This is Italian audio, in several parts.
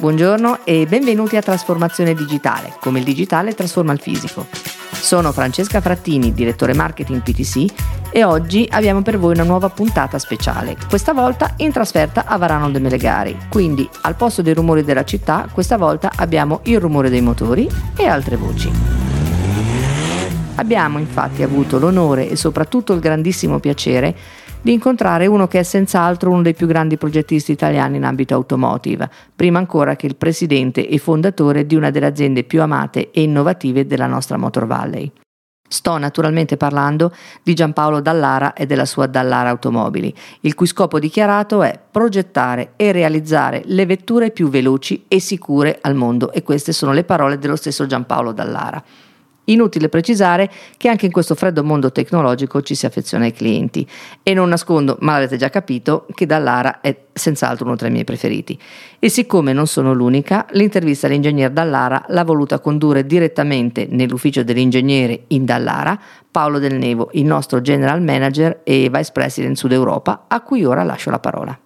Buongiorno e benvenuti a Trasformazione Digitale, come il digitale trasforma il fisico. Sono Francesca Frattini, direttore marketing PTC, e oggi abbiamo per voi una nuova puntata speciale, questa volta in trasferta a Varano de Melegari, quindi al posto dei rumori della città, questa volta abbiamo il rumore dei motori e altre voci. Abbiamo infatti avuto l'onore e soprattutto il grandissimo piacere di incontrare uno che è senz'altro uno dei più grandi progettisti italiani in ambito automotive, prima ancora che il presidente e fondatore di una delle aziende più amate e innovative della nostra Motor Valley. Sto naturalmente parlando di Giampaolo Dallara e della sua Dallara Automobili, il cui scopo dichiarato è progettare e realizzare le vetture più veloci e sicure al mondo, e queste sono le parole dello stesso Giampaolo Dallara. Inutile precisare che anche in questo freddo mondo tecnologico ci si affeziona ai clienti, e non nascondo, ma l'avete già capito, che Dallara è senz'altro uno tra i miei preferiti. E siccome non sono l'unica, l'intervista all'ingegner Dallara l'ha voluta condurre direttamente nell'ufficio dell'ingegnere in Dallara Paolo Del Nevo, il nostro general manager e vice president Sud Europa, a cui ora lascio la parola.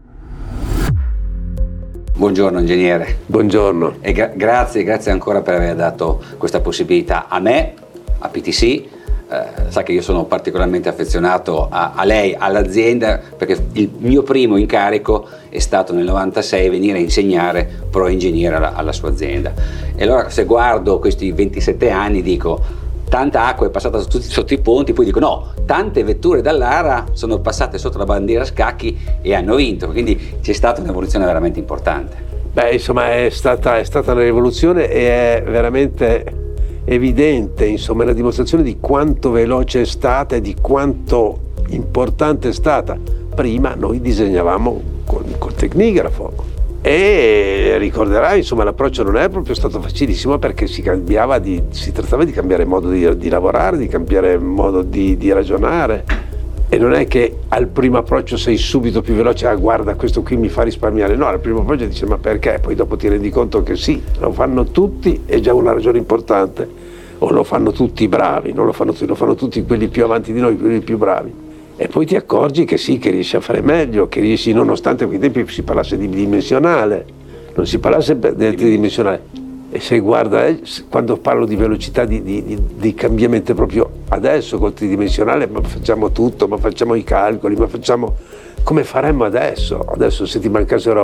Buongiorno ingegnere. Buongiorno. E grazie ancora per aver dato questa possibilità a me, a PTC. Sa che io sono particolarmente affezionato a lei, all'azienda, perché il mio primo incarico è stato nel 96 venire a insegnare pro ingegnere alla sua azienda. E allora se guardo questi 27 anni dico: tanta acqua è passata sotto i ponti, poi dico no, tante vetture Dallara sono passate sotto la bandiera a scacchi e hanno vinto, quindi c'è stata un'evoluzione veramente importante. Beh, insomma, è stata una rivoluzione e è veramente evidente, insomma, la dimostrazione di quanto veloce è stata e di quanto importante è stata. Prima noi disegnavamo col tecnigrafo. E ricorderai, insomma, l'approccio non è proprio stato facilissimo, perché si trattava di cambiare modo di lavorare, di cambiare modo di ragionare, e non è che al primo approccio sei subito più veloce, guarda questo qui mi fa risparmiare, no, al primo approccio dici ma perché? Poi dopo ti rendi conto che sì, lo fanno tutti, è già una ragione importante, o lo fanno tutti bravi, non lo fanno tutti, lo fanno tutti quelli più avanti di noi, quelli più bravi. E poi ti accorgi che sì, che riesci a fare meglio, che riesci, nonostante a quei tempi si parlasse di bidimensionale, non si parlasse del tridimensionale. E se guarda, quando parlo di velocità di cambiamento proprio adesso col tridimensionale, ma facciamo tutto, ma facciamo i calcoli, ma facciamo come faremmo adesso. Adesso se ti mancassero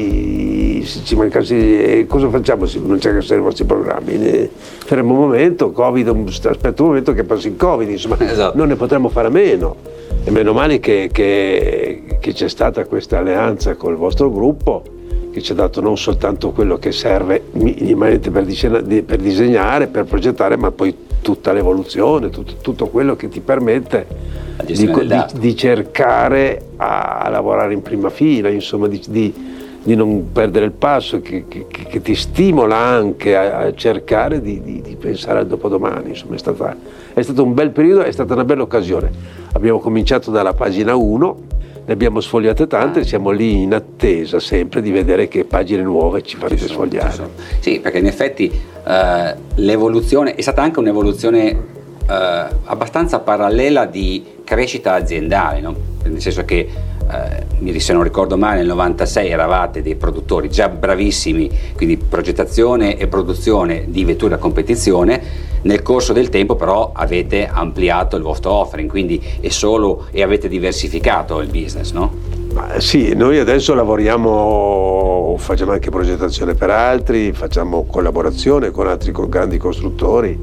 cosa facciamo se non c'erano i vostri programmi? Faremo un momento, Covid, aspetta un momento che passi il Covid, insomma, esatto. Non ne potremo fare a meno. E meno male che c'è stata questa alleanza col vostro gruppo, che ci ha dato non soltanto quello che serve minimamente per disegnare, per progettare, ma poi tutta l'evoluzione, tutto quello che ti permette di cercare a lavorare in prima fila, insomma, di non perdere il passo, che ti stimola anche a cercare di pensare al dopodomani. Insomma, è stato un bel periodo, è stata una bella occasione. Abbiamo cominciato dalla pagina 1, ne abbiamo sfogliate tante, siamo lì in attesa sempre di vedere che pagine nuove ci farete sfogliare. Sì, perché in effetti l'evoluzione è stata anche un'evoluzione abbastanza parallela di crescita aziendale, no? Nel senso che se non ricordo male nel 96 eravate dei produttori già bravissimi, quindi progettazione e produzione di vetture a competizione. Nel corso del tempo però avete ampliato il vostro offering, quindi e avete diversificato il business, no? Sì, noi adesso facciamo anche progettazione per altri, facciamo collaborazione con altri grandi costruttori,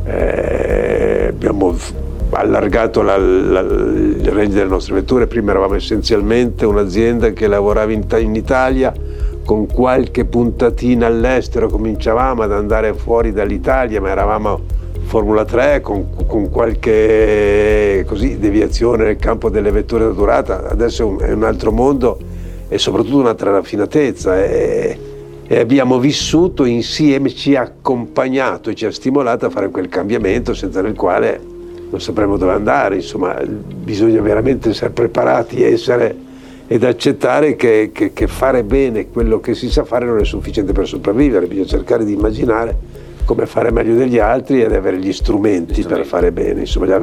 abbiamo allargato il range delle nostre vetture. Prima eravamo essenzialmente un'azienda che lavorava in Italia, con qualche puntatina all'estero, cominciavamo ad andare fuori dall'Italia, ma eravamo Formula 3 con qualche deviazione nel campo delle vetture da durata. Adesso è un altro mondo e soprattutto un'altra raffinatezza, e abbiamo vissuto insieme, ci ha accompagnato e ci ha stimolato a fare quel cambiamento senza il quale non sapremo dove andare. Insomma, bisogna veramente essere preparati ed accettare che fare bene quello che si sa fare non è sufficiente per sopravvivere. Bisogna cercare di immaginare come fare meglio degli altri ed avere gli strumenti per fare bene, insomma,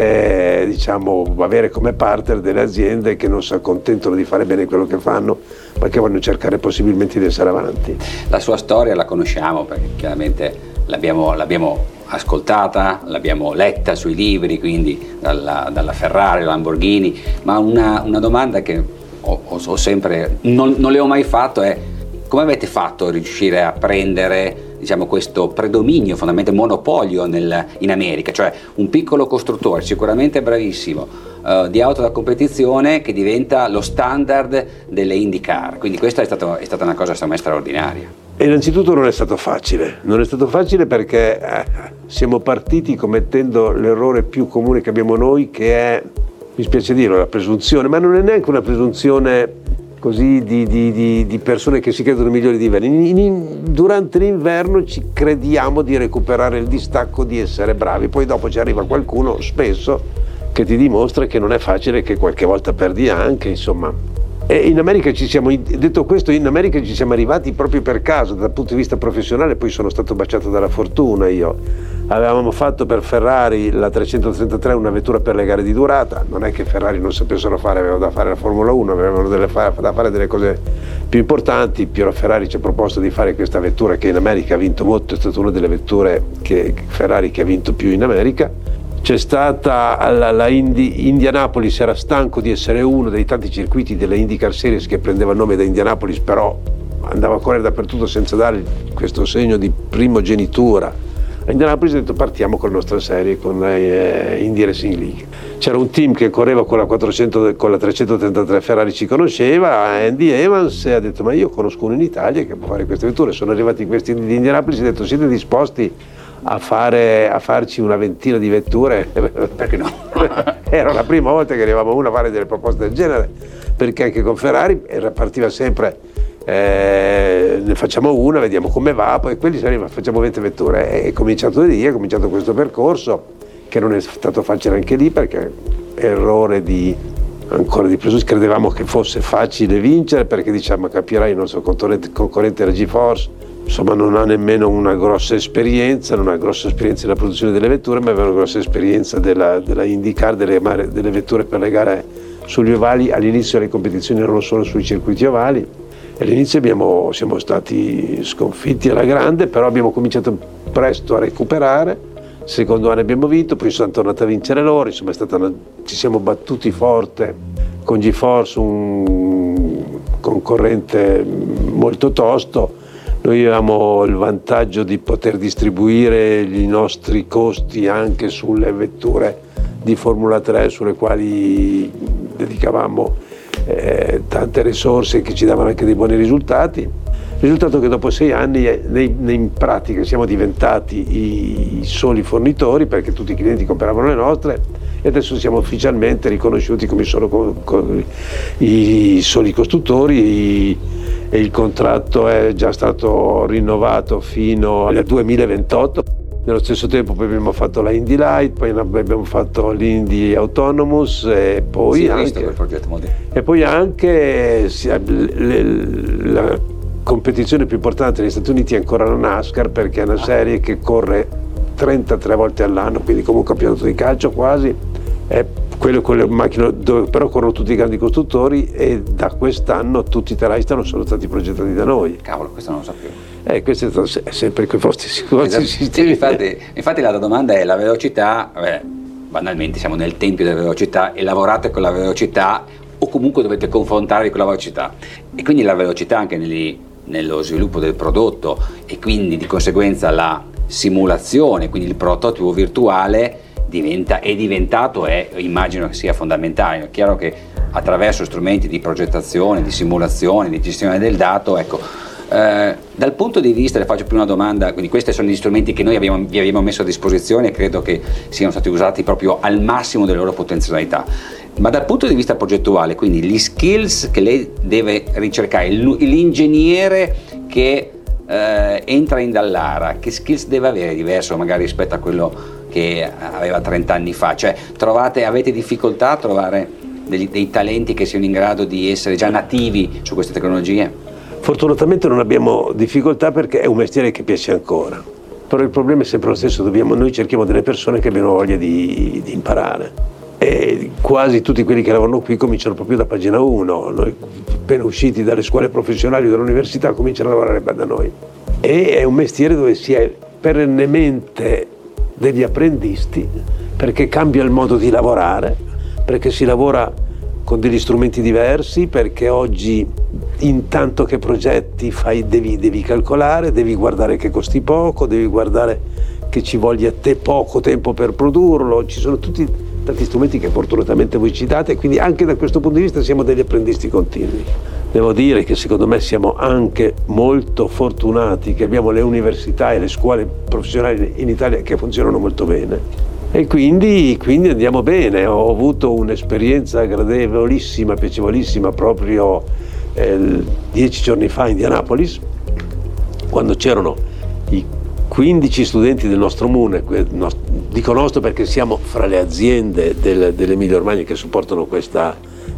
avere come partner delle aziende che non si accontentano di fare bene quello che fanno, perché vogliono cercare possibilmente di essere avanti. La sua storia la conosciamo perché chiaramente l'abbiamo ascoltata, l'abbiamo letta sui libri, quindi dalla Ferrari, Lamborghini, ma una domanda che ho sempre, non le ho mai fatto è: come avete fatto a riuscire a prendere, diciamo, questo predominio, fondamentalmente monopolio in America, cioè un piccolo costruttore sicuramente bravissimo di auto da competizione che diventa lo standard delle IndyCar, quindi questa è stata una cosa secondo me straordinaria. E innanzitutto non è stato facile perché siamo partiti commettendo l'errore più comune che abbiamo noi, che è, mi spiace dirlo, la presunzione, ma non è neanche una presunzione così di persone che si credono migliori di inverno. Durante l'inverno ci crediamo di recuperare il distacco, di essere bravi, poi dopo ci arriva qualcuno spesso che ti dimostra che non è facile, che qualche volta perdi anche, insomma. E in America detto questo, in America ci siamo arrivati proprio per caso dal punto di vista professionale, poi sono stato baciato dalla fortuna io. Avevamo fatto per Ferrari la 333, una vettura per le gare di durata, non è che Ferrari non sapessero fare, avevano da fare la Formula 1, avevano da fare delle cose più importanti. Piero Ferrari ci ha proposto di fare questa vettura che in America ha vinto molto, è stata una delle vetture Ferrari che ha vinto più in America. C'è stata la Indianapolis, era stanco di essere uno dei tanti circuiti delle IndyCar Series che prendeva il nome da Indianapolis, però andava a correre dappertutto senza dare questo segno di primogenitura. A Indianapolis ha detto: partiamo con la nostra serie, con la Indy Racing League. C'era un team che correva con la 333 Ferrari, ci conosceva, Andy Evans, e ha detto: ma io conosco uno in Italia che può fare queste vetture. Sono arrivati questi di Indianapolis e ha detto: siete disposti a farci una ventina di vetture? Perché no? Era la prima volta che arrivavamo uno a fare delle proposte del genere, perché anche con Ferrari partiva sempre ne facciamo una, vediamo come va, poi quelli facciamo 20 vetture. È cominciato lì, è cominciato questo percorso che non è stato facile anche lì, perché errore ancora di presunzione, credevamo che fosse facile vincere, perché diciamo: capirai, il nostro concorrente era GeForce, insomma non ha nemmeno una grossa esperienza, non ha grossa esperienza nella produzione delle vetture, ma aveva una grossa esperienza della IndyCar, delle vetture per le gare sugli ovali. All'inizio le competizioni erano solo sui circuiti ovali e all'inizio siamo stati sconfitti alla grande, però abbiamo cominciato presto a recuperare. Secondo anno abbiamo vinto, poi sono tornati a vincere loro, insomma ci siamo battuti forte con GeForce, un concorrente molto tosto. Noi avevamo il vantaggio di poter distribuire i nostri costi anche sulle vetture di Formula 3, sulle quali dedicavamo tante risorse che ci davano anche dei buoni risultati. Il risultato è che dopo 6 anni in pratica siamo diventati i soli fornitori, perché tutti i clienti compravano le nostre, e adesso siamo ufficialmente riconosciuti come i soli costruttori, e il contratto è già stato rinnovato fino al 2028. Nello stesso tempo poi abbiamo fatto la Indy Light, poi abbiamo fatto l'Indy Autonomous e poi anche la competizione più importante negli Stati Uniti è ancora la NASCAR, perché è una serie che corre 33 volte all'anno, quindi come un campionato di calcio quasi. È quello con le macchine dove però corrono tutti i grandi costruttori, e da quest'anno tutti i Telaistan sono stati progettati da noi. Cavolo, questo non lo sapevo. Questo è sempre quei vostri sistemi. Infatti la domanda è: la velocità, banalmente siamo nel tempio della velocità e lavorate con la velocità, o comunque dovete confrontarvi con la velocità, e quindi la velocità anche nello sviluppo del prodotto, e quindi di conseguenza la simulazione, quindi il prototipo virtuale immagino che sia fondamentale. È chiaro che attraverso strumenti di progettazione, di simulazione, di gestione del dato, dal punto di vista, le faccio più una domanda, quindi questi sono gli strumenti che noi vi abbiamo messo a disposizione e credo che siano stati usati proprio al massimo delle loro potenzialità, ma dal punto di vista progettuale, quindi gli skills che lei deve ricercare, l'ingegnere che entra in Dallara, che skills deve avere diverso magari rispetto a quello che aveva 30 anni fa? Cioè avete difficoltà a trovare dei talenti che siano in grado di essere già nativi su queste tecnologie? Fortunatamente non abbiamo difficoltà, perché è un mestiere che piace ancora, però il problema è sempre lo stesso: noi cerchiamo delle persone che abbiano voglia di imparare, e e quasi tutti quelli che lavorano qui cominciano proprio da pagina 1. Noi appena usciti dalle scuole professionali o dall'università cominciano a lavorare da noi, e è un mestiere dove si è perennemente degli apprendisti, perché cambia il modo di lavorare, perché si lavora con degli strumenti diversi, perché oggi intanto che progetti devi calcolare, devi guardare che costi poco, devi guardare che ci voglia te poco tempo per produrlo. Ci sono tanti strumenti che fortunatamente voi citate, e quindi anche da questo punto di vista siamo degli apprendisti continui. Devo dire che secondo me siamo anche molto fortunati che abbiamo le università e le scuole professionali in Italia che funzionano molto bene, e quindi andiamo bene. Ho avuto un'esperienza gradevolissima, piacevolissima proprio 10 giorni fa a Indianapolis, quando c'erano i 15 studenti del nostro MUNE. Dico nostro perché siamo fra le aziende dell'Emilia Romagna che supportano questo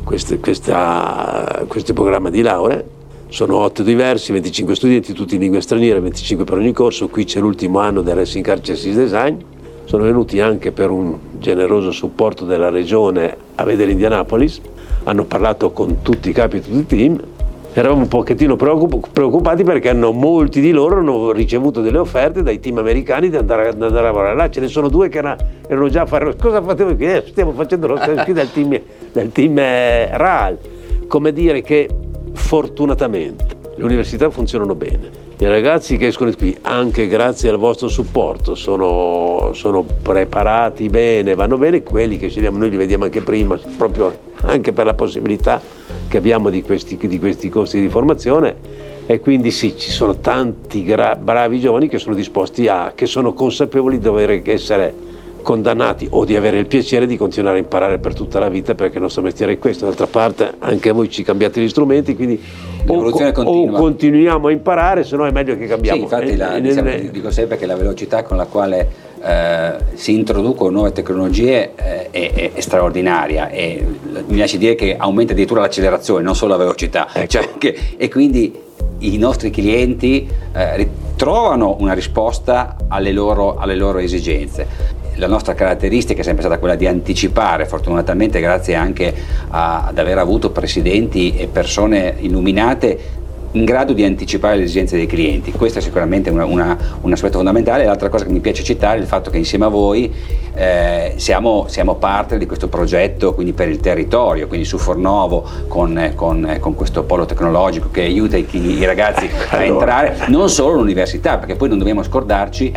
programma di laurea. Sono 8 diversi, 25 studenti, tutti in lingue straniere, 25 per ogni corso. Qui c'è l'ultimo anno del Racing Car Chassis Design. Sono venuti anche per un generoso supporto della regione a vedere Indianapolis. Hanno parlato con tutti i capi di tutti i team. Eravamo un pochettino preoccupati perché molti di loro hanno ricevuto delle offerte dai team americani di andare a lavorare là. Ce ne sono 2 che erano già a fare. Cosa facevo qui? Stiamo facendo lo stesso qui del team RAL. Come dire che fortunatamente le università funzionano bene. I ragazzi che escono qui, anche grazie al vostro supporto, sono preparati bene, vanno bene. Quelli che scegliamo noi li vediamo anche prima, proprio anche per la possibilità che abbiamo di questi corsi di formazione, e quindi sì, ci sono tanti bravi giovani che sono disposti che sono consapevoli di dover essere condannati o di avere il piacere di continuare a imparare per tutta la vita, perché il nostro mestiere è questo. D'altra parte anche voi ci cambiate gli strumenti, quindi o continuiamo a imparare, se no è meglio che cambiamo. Sì, infatti dico sempre che la velocità con la quale si introducono nuove tecnologie è straordinaria, e mi piace dire che aumenta addirittura l'accelerazione, non solo la velocità, ecco. E quindi i nostri clienti trovano una risposta alle loro esigenze. La nostra caratteristica è sempre stata quella di anticipare, fortunatamente grazie anche ad aver avuto presidenti e persone illuminate in grado di anticipare le esigenze dei clienti. Questo è sicuramente un aspetto fondamentale. L'altra cosa che mi piace citare è il fatto che insieme a voi siamo partner di questo progetto, quindi per il territorio, quindi su Fornovo con questo polo tecnologico che aiuta i ragazzi a entrare, non solo l'università, perché poi non dobbiamo scordarci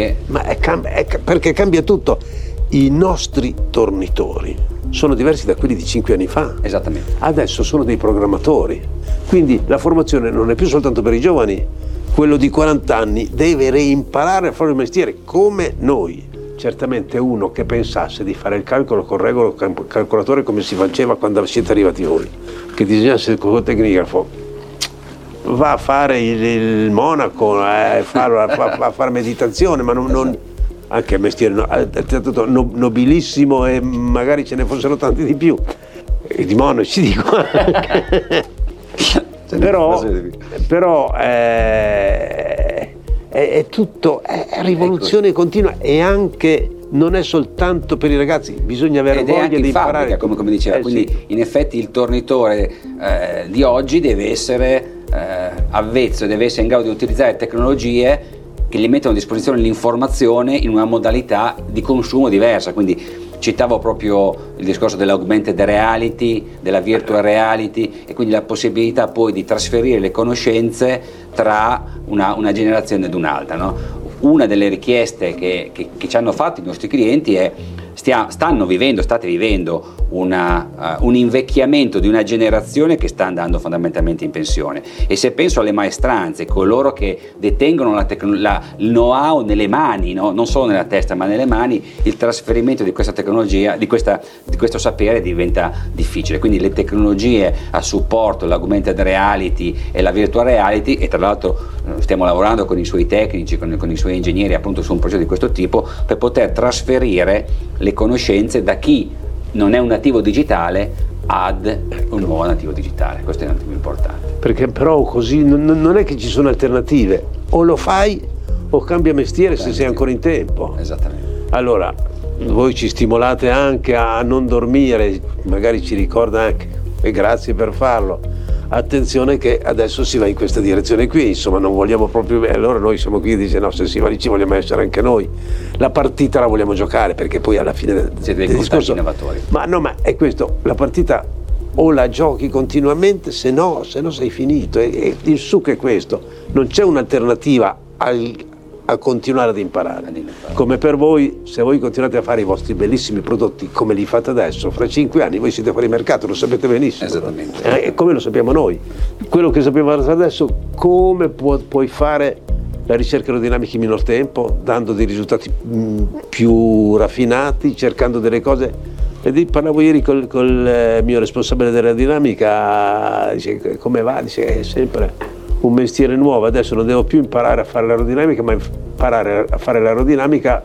perché cambia tutto. I nostri tornitori sono diversi da quelli di 5 anni fa. Esattamente. Adesso sono dei programmatori, quindi la formazione non è più soltanto per i giovani. Quello di 40 anni deve reimparare a fare il mestiere come noi. Certamente uno che pensasse di fare il calcolo con regolo calcolatore come si faceva quando siete arrivati voi, che disegnasse il tecnigrafo, va a fare il monaco, a fare meditazione, ma non anche il mestiere nobilissimo, e magari ce ne fossero tanti di più, e di monaci dico. però è tutto, è rivoluzione continua, e anche non è soltanto per i ragazzi, bisogna avere voglia di imparare, come diceva, quindi sì. In effetti il tornitore di oggi deve essere avvezzo, deve essere in grado di utilizzare tecnologie che gli mettono a disposizione l'informazione in una modalità di consumo diversa. Quindi citavo proprio il discorso dell'augmented reality, della virtual reality, e quindi la possibilità poi di trasferire le conoscenze tra una generazione ed un'altra, no? Una delle richieste che ci hanno fatto i nostri clienti è state vivendo un invecchiamento di una generazione che sta andando fondamentalmente in pensione, e se penso alle maestranze, coloro che detengono il know-how nelle mani, no? Non solo nella testa ma nelle mani, il trasferimento di questa tecnologia, di questo sapere diventa difficile. Quindi le tecnologie a supporto, l'augmented reality e la virtual reality, e tra l'altro stiamo lavorando con i suoi tecnici, con i suoi ingegneri appunto su un progetto di questo tipo, per poter trasferire le conoscenze da chi non è un nativo digitale ad un nuovo nativo digitale. Questo è un attimo importante. Perché però così non è che ci sono alternative, o lo fai o cambia mestiere se sei ancora in tempo. Esattamente. Allora, voi ci stimolate anche a non dormire, magari ci ricorda anche, e grazie per farlo, attenzione che adesso si va in questa direzione qui, insomma non vogliamo proprio, allora noi siamo qui e dice no, se si va lì ci vogliamo essere anche noi, la partita la vogliamo giocare, perché poi alla fine siete dei discorso innovatori. Ma è questo, la partita o la giochi continuamente, se no sei finito, e il succo è questo, non c'è un'alternativa a continuare ad imparare. Come per voi, se voi continuate a fare i vostri bellissimi prodotti come li fate adesso, fra 5 anni voi siete fuori mercato, lo sapete benissimo. Esattamente. E come lo sappiamo noi. Quello che sappiamo adesso, come puoi fare la ricerca aerodinamica in minor tempo, dando dei risultati più raffinati, cercando delle cose. E parlavo ieri col mio responsabile dell'aerodinamica, dice come va? Dice è sempre un mestiere nuovo, adesso non devo più imparare a fare l'aerodinamica, ma imparare a fare l'aerodinamica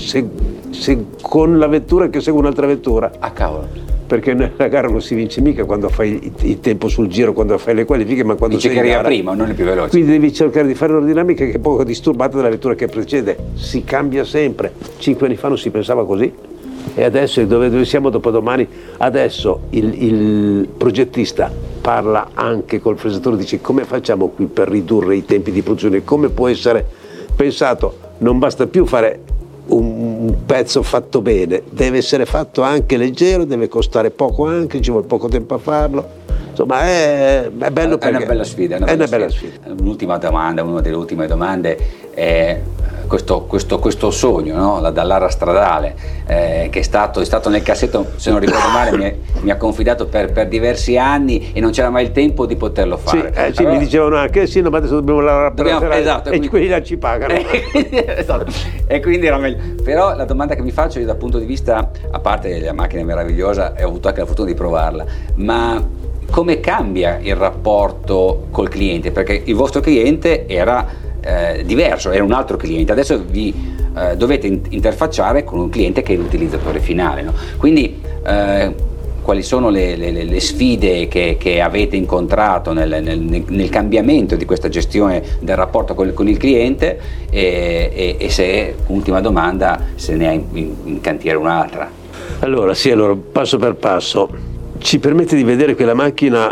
con la vettura che segue un'altra vettura. Ah cavolo. Perché nella gara non si vince mica quando fai il tempo sul giro, quando fai le qualifiche, ma quando dice sei che in gara. arriva prima, non è più veloce. Quindi devi cercare di fare l'aerodinamica che è poco disturbata dalla vettura che precede, si cambia sempre. 5 anni fa non si pensava così. E adesso dove siamo dopodomani? Adesso il progettista parla anche col fresatori, dice come facciamo qui per ridurre i tempi di produzione, come può essere pensato, non basta più fare un pezzo fatto bene, deve essere fatto anche leggero, deve costare poco anche, ci vuole poco tempo a farlo. Insomma è bello, perché è una bella sfida. Un'ultima domanda, una delle ultime domande è questo sogno, no? Dall'ara stradale che è stato nel cassetto, se non ricordo male, mi ha confidato per diversi anni e non c'era mai il tempo di poterlo fare. Sì, allora, mi dicevano anche sì, no, ma adesso dobbiamo lavorare per la esatto, e quelli là ci pagano. Esatto. E quindi era meglio. Però la domanda che mi faccio io dal punto di vista, a parte la macchina è meravigliosa e ho avuto anche la fortuna di provarla, ma come cambia il rapporto col cliente? Perché il vostro cliente era diverso, era un altro cliente, adesso vi dovete interfacciare con un cliente che è l'utilizzatore finale, no? Quindi quali sono le sfide che avete incontrato nel cambiamento di questa gestione del rapporto con il cliente e se, ultima domanda, se ne ha in cantiere un'altra? Allora passo per passo ci permette di vedere che la macchina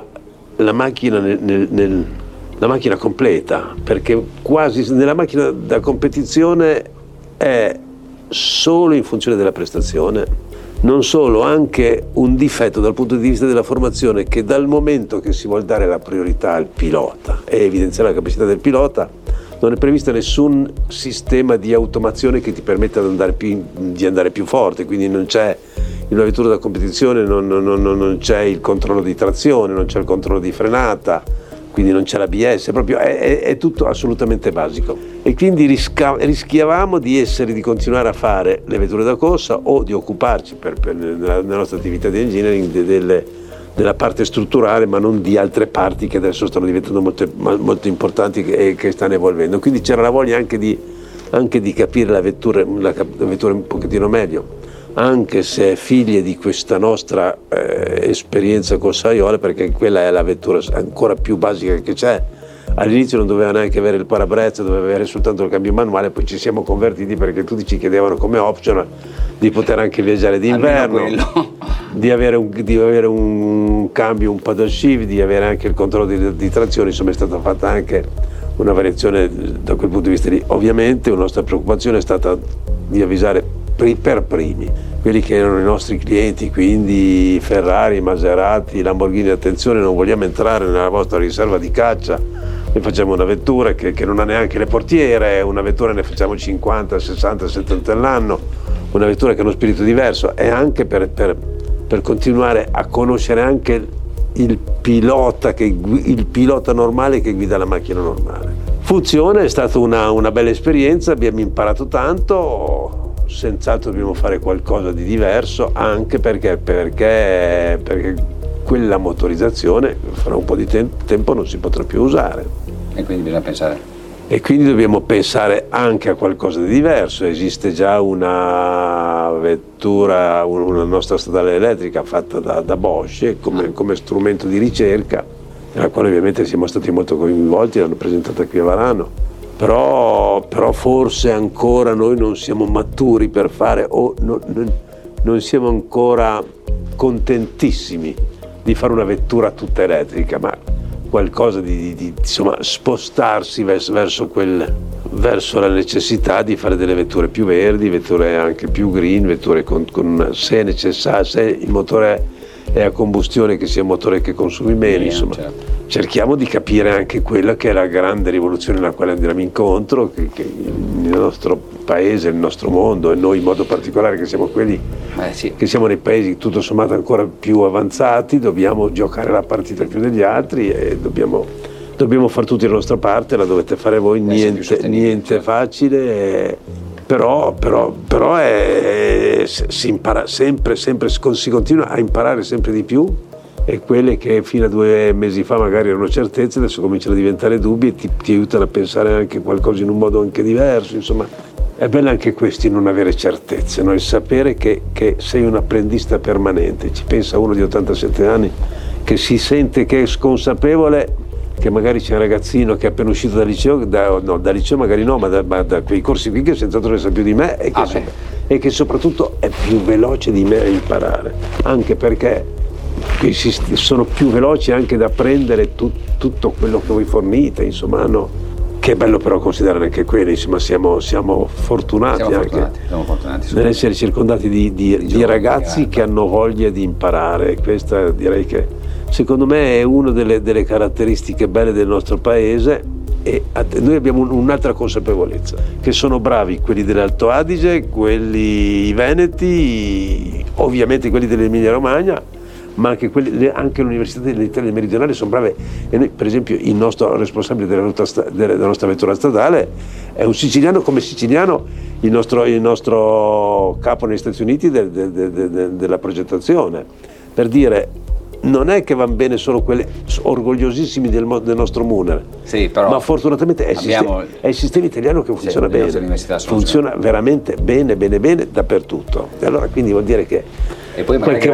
completa, perché quasi nella macchina da competizione è solo in funzione della prestazione, non solo, anche un difetto dal punto di vista della formazione, che dal momento che si vuole dare la priorità al pilota e evidenziare la capacità del pilota, non è previsto nessun sistema di automazione che ti permetta di andare più forte, quindi non c'è in una vettura da competizione, non c'è il controllo di trazione, non c'è il controllo di frenata, quindi non c'è l'ABS, proprio è tutto assolutamente basico. E quindi rischiavamo di continuare a fare le vetture da corsa o di occuparci nella nostra attività di engineering della parte strutturale, ma non di altre parti che adesso stanno diventando molto importanti e che stanno evolvendo. Quindi c'era la voglia anche di capire la vettura un pochettino meglio, anche se è figlia di questa nostra esperienza con Saiola, perché quella è la vettura ancora più basica che c'è. All'inizio non doveva neanche avere il parabrezza, doveva avere soltanto il cambio manuale, poi ci siamo convertiti perché tutti ci chiedevano come optional di poter anche viaggiare d'inverno, di avere un cambio, un paddle shift, di avere anche il controllo di trazione. Insomma è stata fatta anche una variazione da quel punto di vista lì. Ovviamente la nostra preoccupazione è stata di avvisare per primi quelli che erano i nostri clienti, quindi Ferrari, Maserati, Lamborghini: attenzione, non vogliamo entrare nella vostra riserva di caccia, noi facciamo una vettura che non ha neanche le portiere, una vettura ne facciamo 50, 60, 70 all'anno, una vettura che ha uno spirito diverso, e anche per continuare a conoscere anche il pilota normale che guida la macchina normale. Funziona, è stata una bella esperienza, abbiamo imparato tanto. Senz'altro dobbiamo fare qualcosa di diverso, anche perché quella motorizzazione fra un po' di tempo non si potrà più usare. E quindi bisogna pensare. E quindi dobbiamo pensare anche a qualcosa di diverso. Esiste già una vettura, una nostra statale elettrica fatta da Bosch come strumento di ricerca, nella quale ovviamente siamo stati molto coinvolti, l'hanno presentata qui a Varano. però forse ancora noi non siamo maturi per fare, o non siamo ancora contentissimi di fare una vettura tutta elettrica, ma qualcosa di insomma, spostarsi verso la necessità di fare delle vetture più verdi, vetture anche più green, vetture con se necessario, se il motore è a combustione, che sia un motore che consumi meno, insomma. Certo. Cerchiamo di capire anche quella che è la grande rivoluzione alla quale andiamo incontro, che il nostro paese, il nostro mondo, e noi in modo particolare che siamo quelli che siamo nei paesi tutto sommato ancora più avanzati, dobbiamo giocare la partita più degli altri e dobbiamo fare tutti la nostra parte, la dovete fare voi, niente facile, però si impara sempre, si continua a imparare sempre di più, e quelle che fino a 2 mesi fa magari erano certezze adesso cominciano a diventare dubbi e ti aiutano a pensare anche qualcosa in un modo anche diverso, insomma. È bello anche questo, non avere certezze, no? Il sapere che sei un apprendista permanente. Ci pensa uno di 87 anni che si sente, che è consapevole che magari c'è un ragazzino che è appena uscito dal liceo, dal liceo magari no, ma da quei corsi qui che senz'altro ne sa più di me e che soprattutto è più veloce di me a imparare, anche perché sono più veloci anche da apprendere tutto quello che voi fornite, insomma, no? Che è bello però considerare anche quello, insomma, siamo fortunati nell'essere circondati di ragazzi che hanno voglia di imparare. Questa direi che secondo me è una delle caratteristiche belle del nostro paese, e noi abbiamo un'altra consapevolezza, che sono bravi quelli dell'Alto Adige, quelli veneti, ovviamente quelli dell'Emilia Romagna, ma anche l'Università dell'Italia Meridionale sono brave. E noi, per esempio, il nostro responsabile della nostra vettura stradale è un siciliano, come siciliano il nostro capo negli Stati Uniti della progettazione, per dire, non è che vanno bene solo quelli orgogliosissimi del nostro Muner, ma fortunatamente è il sistema italiano che funziona bene, funziona veramente bene dappertutto. E allora quindi vuol dire che qualche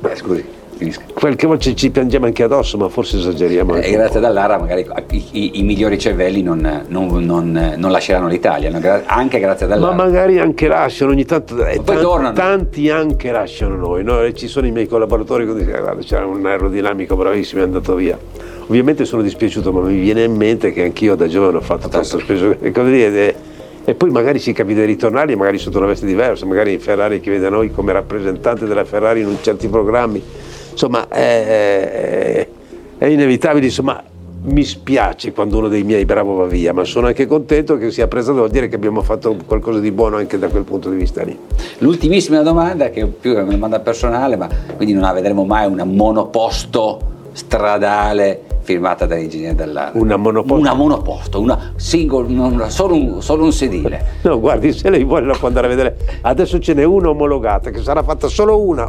volta ci piangiamo anche addosso, ma forse esageriamo anche. E grazie ad Allara magari i migliori cervelli non lasceranno l'Italia, anche grazie ad Allara. Ma magari anche lasciano ogni tanto, poi tornano. Tanti anche lasciano noi, no? Ci sono i miei collaboratori che dicono, guarda, c'era un aerodinamico bravissimo, è andato via. Ovviamente sono dispiaciuto, ma mi viene in mente che anch'io da giovane ho fatto tanto spesso e poi magari ci capita di ritornare, magari sotto una veste diversa, magari in Ferrari che vede noi come rappresentante della Ferrari in certi programmi. Insomma, è inevitabile, insomma, mi spiace quando uno dei miei bravo va via, ma sono anche contento che sia apprezzato, vuol dire che abbiamo fatto qualcosa di buono anche da quel punto di vista lì. L'ultimissima domanda, che più è una domanda personale, ma quindi non la vedremo mai una monoposto stradale firmata dall'ingegnere Dallara? Una monoposto, una single, solo un sedile. No, guardi, se lei vuole la può andare a vedere. Adesso ce n'è una omologata che sarà fatta solo una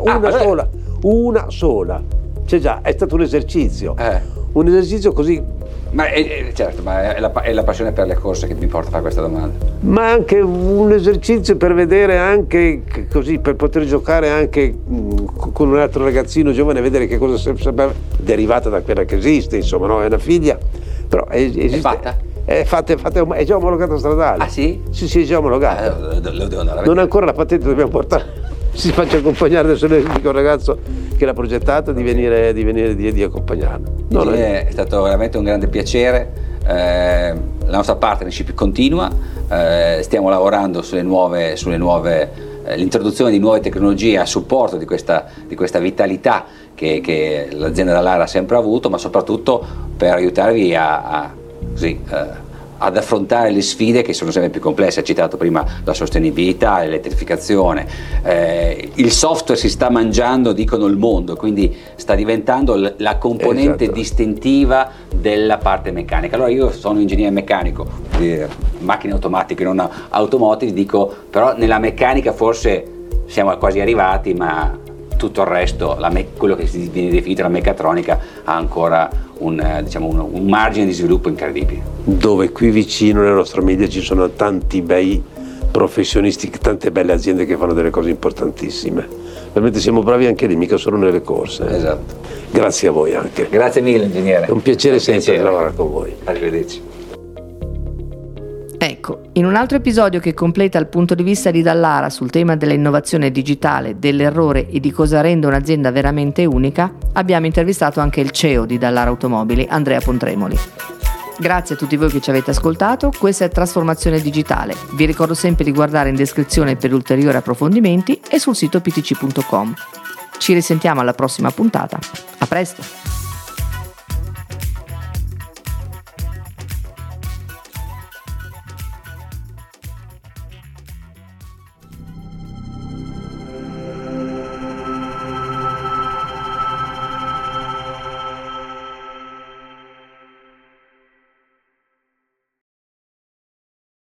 sola. C'è già, è stato un esercizio così. Ma certo, ma è la passione per le corse che mi porta a fare questa domanda. Ma anche un esercizio per vedere anche così, per poter giocare anche con un altro ragazzino giovane, vedere che cosa sarebbe derivata da quella che esiste, insomma, no? È una figlia, però esiste. È fatta? È già omologata stradale. Ah sì? Sì, è già omologata. Lo devo andare a vedere. Non ancora la patente, dobbiamo portare. Si faccia accompagnare, adesso le dico al ragazzo che l'ha progettata di accompagnarlo. È stato veramente un grande piacere, la nostra partnership continua, stiamo lavorando sulle nuove l'introduzione di nuove tecnologie a supporto di questa vitalità che l'azienda Dallara ha sempre avuto, ma soprattutto per aiutarvi ad affrontare le sfide che sono sempre più complesse. Ha citato prima la sostenibilità, l'elettrificazione, il software si sta mangiando, dicono, il mondo, quindi sta diventando la componente distintiva della parte meccanica. Allora io sono ingegnere meccanico di macchine automatiche, non automotive, dico però nella meccanica forse siamo quasi arrivati, ma tutto il resto, quello che viene definito la meccatronica, ha ancora un margine di sviluppo incredibile. Dove qui vicino nella nostra media ci sono tanti bei professionisti, tante belle aziende che fanno delle cose importantissime. Veramente siamo bravi anche lì, mica solo nelle corse. Esatto. Grazie a voi anche. Grazie mille, ingegnere. È un piacere sempre lavorare con voi. Arrivederci. Ecco, in un altro episodio che completa il punto di vista di Dallara sul tema dell'innovazione digitale, dell'errore e di cosa rende un'azienda veramente unica, abbiamo intervistato anche il CEO di Dallara Automobili, Andrea Pontremoli. Grazie a tutti voi che ci avete ascoltato, questa è Trasformazione Digitale. Vi ricordo sempre di guardare in descrizione per ulteriori approfondimenti e sul sito ptc.com. Ci risentiamo alla prossima puntata. A presto!